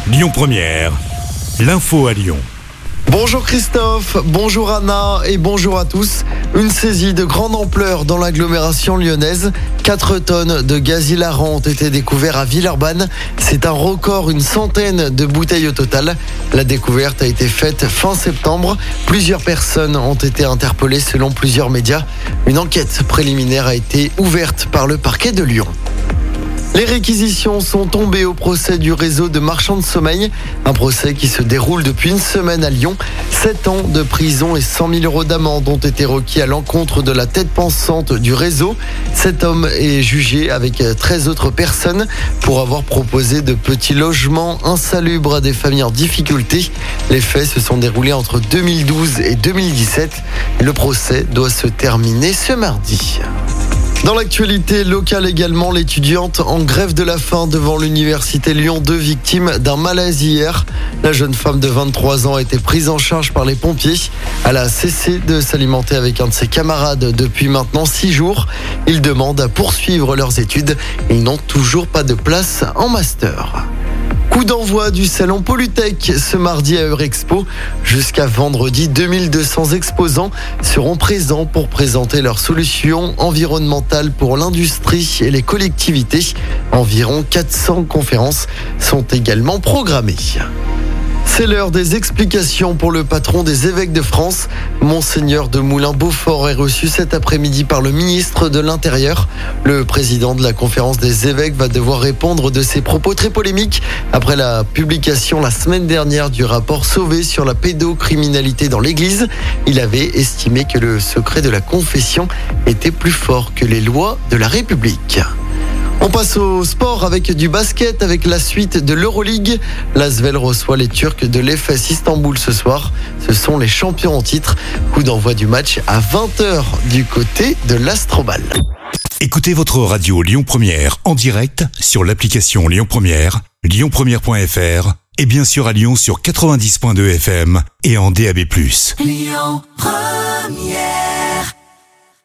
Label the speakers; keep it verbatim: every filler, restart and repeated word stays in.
Speaker 1: Lyon Première, l'info à Lyon.
Speaker 2: Bonjour Christophe, bonjour Anna et bonjour à tous. Une saisie de grande ampleur dans l'agglomération lyonnaise. quatre tonnes de gaz hilarant ont été découverts à Villeurbanne. C'est un record, une centaine de bouteilles au total. La découverte a été faite fin septembre. Plusieurs personnes ont été interpellées selon plusieurs médias. Une enquête préliminaire a été ouverte par le parquet de Lyon. Les réquisitions sont tombées au procès du réseau de marchands de sommeil. Un procès qui se déroule depuis une semaine à Lyon. sept ans de prison et cent mille euros d'amende ont été requis à l'encontre de la tête pensante du réseau. Cet homme est jugé avec treize autres personnes pour avoir proposé de petits logements insalubres à des familles en difficulté. Les faits se sont déroulés entre deux mille douze et deux mille dix-sept. Le procès doit se terminer ce mardi. Dans l'actualité locale également, l'étudiante en grève de la faim devant l'université Lyon deux, victime d'un malaise hier. La jeune femme de vingt-trois ans a été prise en charge par les pompiers. Elle a cessé de s'alimenter avec un de ses camarades depuis maintenant six jours. Ils demandent à poursuivre leurs études. Ils n'ont toujours pas de place en master. Coup d'envoi du salon Polytech ce mardi à Eurexpo. Jusqu'à vendredi, deux mille deux cents exposants seront présents pour présenter leurs solutions environnementales pour l'industrie et les collectivités. Environ quatre cents conférences sont également programmées. C'est l'heure des explications pour le patron des évêques de France. Monseigneur de Moulins-Beaufort est reçu cet après-midi par le ministre de l'Intérieur. Le président de la conférence des évêques va devoir répondre de ses propos très polémiques après la publication la semaine dernière du rapport Sauvé sur la pédocriminalité dans l'Église. Il avait estimé que le secret de la confession était plus fort que les lois de la République. On passe au sport avec du basket, avec la suite de l'Euroleague. L'Asvel reçoit les Turcs de l'E F S Istanbul ce soir. Ce sont les champions en titre. Coup d'envoi du match à vingt heures du côté de l'Astrobal.
Speaker 1: Écoutez votre radio Lyon Première en direct sur l'application Lyon Première, lyon première point f r et bien sûr à Lyon sur quatre-vingt-dix point deux F M et en D A B plus.
Speaker 3: Lyon Première.